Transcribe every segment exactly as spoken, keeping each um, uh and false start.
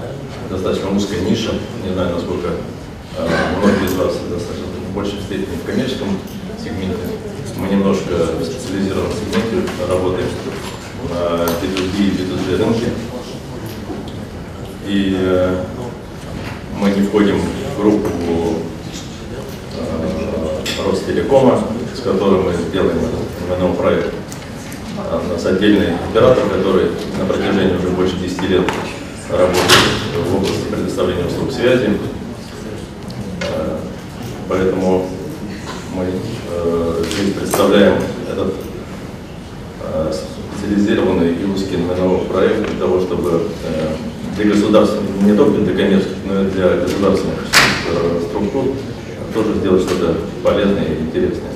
достаточно узкая ниша. Не знаю, насколько э, многие из вас достаточно в большей степени в коммерческом сегменте. Мы немножко в специализированном сегменте работаем на би ту би и би ту джи рынке. И э, мы не входим в группу э, Ростелекома, с которой мы делаем этот эм эн о-проект. У нас отдельный оператор, который на протяжении уже больше десяти лет работает в области предоставления услуг связи. Э, поэтому мы э, здесь представляем этот э, специализированный и узкий эм эн о-проект для того, чтобы э, для государственных, не только для коммерческих, но и для государственных э, структур тоже сделать что-то полезное и интересное.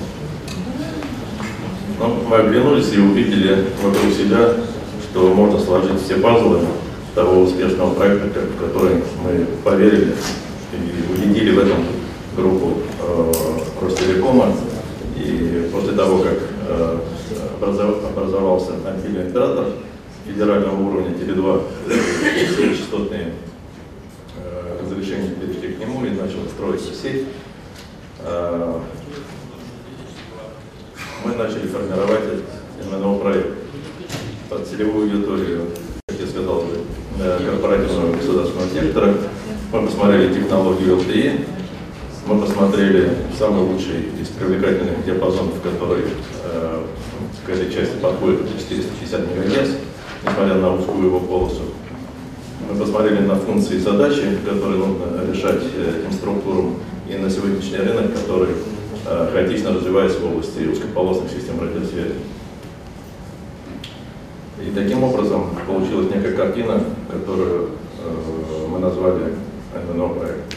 Но мы оглянулись и увидели вокруг себя, что можно сложить все пазлы того успешного проекта, в который мы поверили и убедили в этом группу э, Ростелекома. И после того, как э, образовался отдельный оператор федерального уровня Теле два, высокочастотные э, разрешения перешли к нему и начала строиться сеть, э, мы начали формировать эм эн о-проект под целевую аудиторию, как я сказал, корпоративного государственного сектора. Мы посмотрели технологию эл ти и, мы посмотрели самый лучший из привлекательных диапазонов, который э, к этой части подходит, это четыреста пятьдесят мегагерц, несмотря на узкую его полосу. Мы посмотрели на функции и задачи, которые нужно решать этим структурам, и на сегодняшний рынок, который э, хаотично развивается в области узкополосных систем радиосвязи. И таким образом получилась некая картина, которую э, мы назвали эм эн о-проект.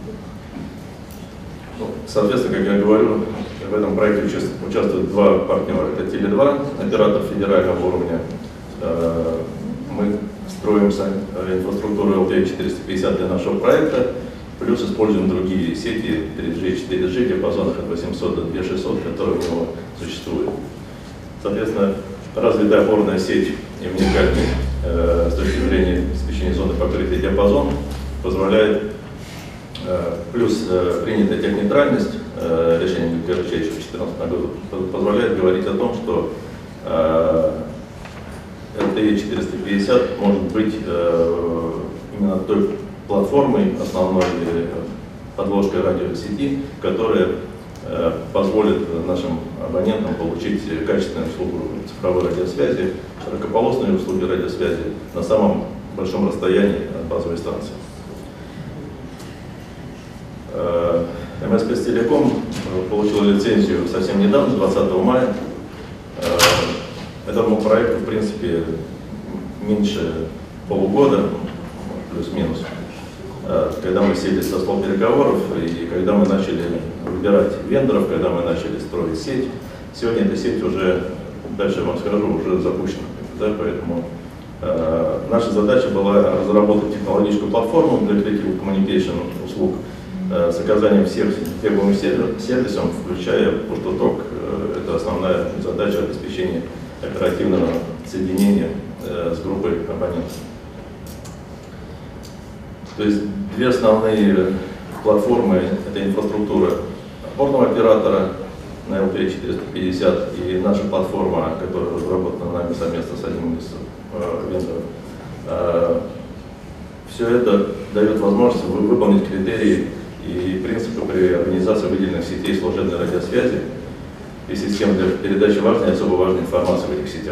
Ну, соответственно, как я говорю, в этом проекте участвуют два партнера. Это Теле два, оператор федерального уровня. Э, мы строим инфраструктуру эл ти и четыреста пятьдесят для нашего проекта, плюс используем другие сети три джи и четыре джи, диапазонах от восьмисот до две тысячи шестисот, которые у него существуют. Соответственно, развитая опорная сеть и уникальный э, с точки зрения обеспечения зоны покрытия диапазон позволяет, э, плюс э, принятая технейтральность э, решения гэ тэ эр че еще в две тысячи четырнадцатом году позволяет говорить о том, что э, эл ти и четыреста пятьдесят может быть э, именно той платформой, основной э, подложкой радиосети, которая э, позволит нашим абонентам получить качественную услугу цифровой радиосвязи, широкополосные услуги радиосвязи на самом большом расстоянии от базовой станции. эм эс Спецтелеком получил лицензию совсем недавно, двадцатого мая. Этому проекту, в принципе, меньше полугода, плюс-минус, когда мы сели со стол переговоров и когда мы начали выбирать вендоров, когда мы начали строить сеть. Сегодня эта сеть уже, дальше я вам скажу, уже запущена. Да, поэтому э, наша задача была разработать технологическую платформу для Creative Communication услуг э, с оказанием всех требуемых сервисов, включая push-to-talk. Э, это основная задача обеспечения оперативного соединения э, с группой абонентов. То есть две основные платформы — это инфраструктура опорного оператора на эл ти и четыреста пятьдесят и наша платформа, которая разработана нами совместно с одним из э, вендоров. Э, все это дает возможность выполнить критерии и принципы при организации выделенных сетей служебной радиосвязи и систем для передачи важной и особо важной информации в этих сетях.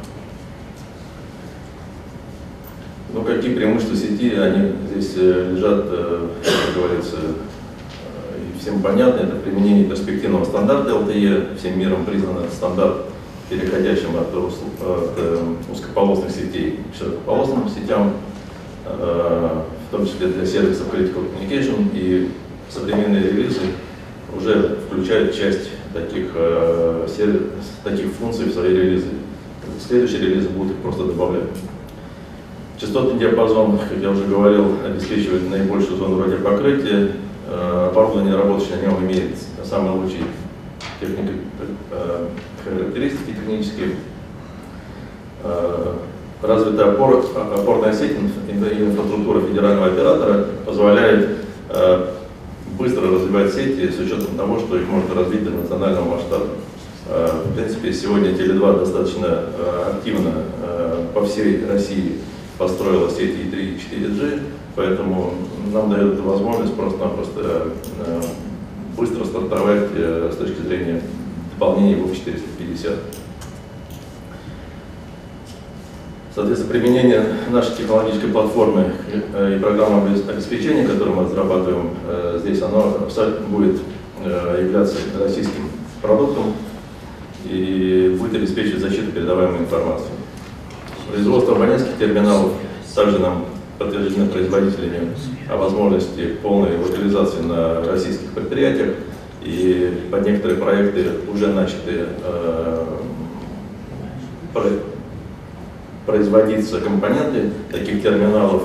Ну, какие преимущества сети, они здесь лежат, как говорится, всем понятно. Это применение перспективного стандарта эл ти и, всем миром признан этот стандарт, переходящим от, от узкополосных сетей к широкополосным сетям, в том числе для сервисов Critical Communication, и современные релизы уже включают часть таких, сервис, таких функций в свои релизы. Следующие релизы будут их просто добавлять. Частотный диапазон, как я уже говорил, обеспечивает наибольшую зону радиопокрытия. Оборудование, работающее на нем, имеет самые лучшие характеристики технические. развитая опор, опорная сеть и инфраструктура федерального оператора позволяет э, быстро развивать сети с учетом того, что их можно развить до национального масштаба. Э, в принципе, сегодня Теле два достаточно э, активно э, по всей России построила сети и три, и четыре джи, поэтому нам дает эту возможность просто-напросто э, быстро стартовать э, с точки зрения дополнения ВУФ четыреста пятьдесят. Соответственно, применение нашей технологической платформы и программы обеспечения, которую мы разрабатываем здесь, оно будет являться российским продуктом и будет обеспечивать защиту передаваемой информации. Производство абонентских терминалов также нам подтверждено производителями о возможности полной локализации на российских предприятиях, и под некоторые проекты уже начаты производиться компоненты таких терминалов.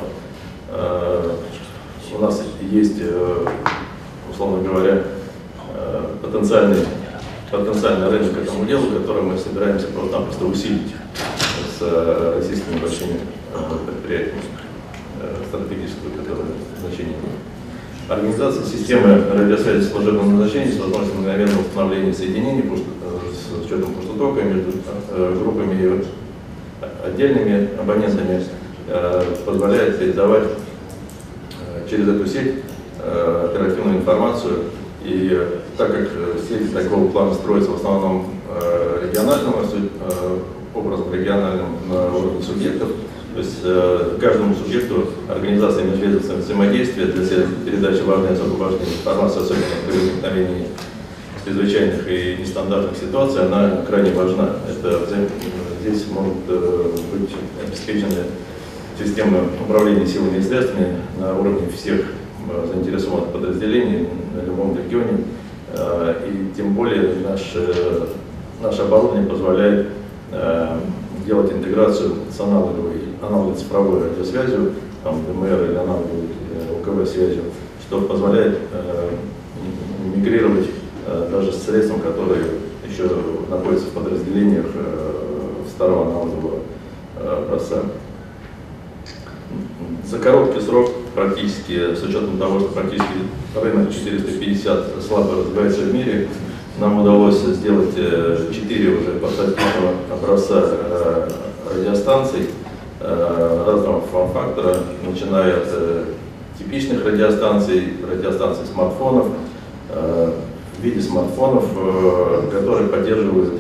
У нас есть, условно говоря, потенциальный, потенциальный рынок к этому делу, который мы собираемся просто-напросто усилить с российскими большими предприятиями стратегического значения. Организация системы радиосвязи служебного назначения с возможностью мгновенного установления соединений с учетом пустоотока между группами и отдельными абонентами э, позволяет передавать э, через эту сеть э, оперативную информацию. И э, так как сеть такого плана строится в основном э, региональным э, образом, региональным на уровне субъектов, то есть э, каждому субъекту организация межведомственного взаимодействия для передачи важной и особо важной информации, особенно при возникновении чрезвычайных и нестандартных ситуаций, она крайне важна. Это Здесь могут быть обеспечены системы управления силами и средствами на уровне всех заинтересованных подразделений на любом регионе. И тем более наше, наше оборудование позволяет делать интеграцию с аналоговой, аналоговой цифровой радиосвязью, там, ДМР или аналоговой УКВ-связью, что позволяет мигрировать даже с средством, которые еще находятся в подразделениях старого аналогового образца. За короткий срок, практически, с учетом того, что практически рынок четыреста пятьдесят слабо развивается в мире, нам удалось сделать четыре уже прототипного образца радиостанций разного форм-фактора, начиная от типичных радиостанций, радиостанций смартфонов, в виде смартфонов, которые поддерживают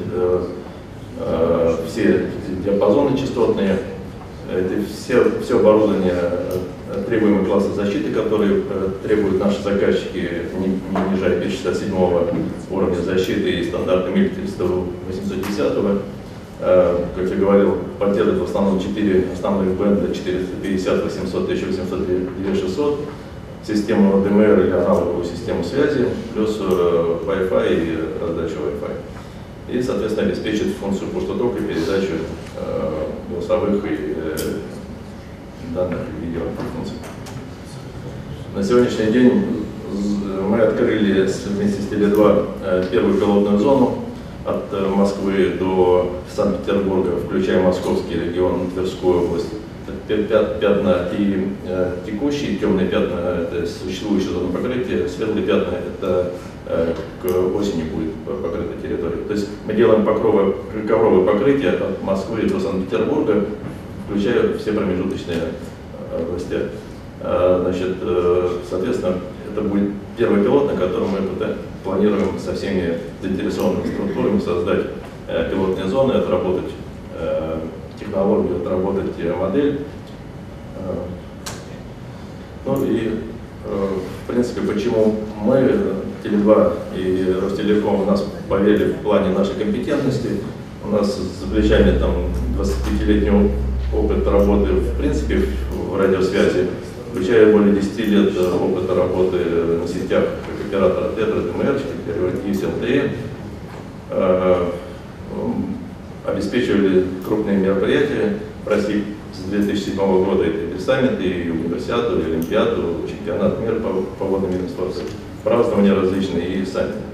все диапазоны частотные, это все, все оборудование требуемого класса защиты, которые требуют наши заказчики, не, не ниже ай пи шестьдесят седьмого уровня защиты и стандарта мир триста восемьсот десять. Как я говорил, поддерживает в основном четыре основных бенда: четыреста пятьдесят, восемьсот, тысяча восемьсот, две тысячи шестьсот, систему ДМР или аналоговую систему связи, плюс Wi-Fi и раздачу Wi-Fi. И, соответственно, обеспечит функцию пустоотока и передачу э, голосовых и э, данных и видео функций. На сегодняшний день мы открыли вместе с Теле два первую пилотную зону от Москвы до Санкт-Петербурга, включая Московский регион, Тверскую область. Пятна и э, текущие, темные пятна — это существующая зона покрытия, светлые пятна — это э, к осени будет покрыта территория. То есть мы делаем покровы, ковровое покрытие от Москвы до Санкт-Петербурга, включая все промежуточные области. Э, значит, э, соответственно, это будет первый пилот, на котором мы планируем со всеми заинтересованными структурами создать э, пилотные зоны, отработать э, технологию, отработать модель. Ну и, в принципе, почему мы, Теле два и Ростелеком, у нас поверили в плане нашей компетентности. У нас за плечами там двадцатипятилетний опыт работы, в принципе, в радиосвязи, включая более десяти лет опыта работы на сетях как оператора Тетра, ДМР, есть эл тэ е. Обеспечивали крупные мероприятия в России с две тысячи седьмого года, это и саммиты, и универсиаду, и олимпиаду, чемпионат мира по, по водным видам спорта, празднования различные и саммиты.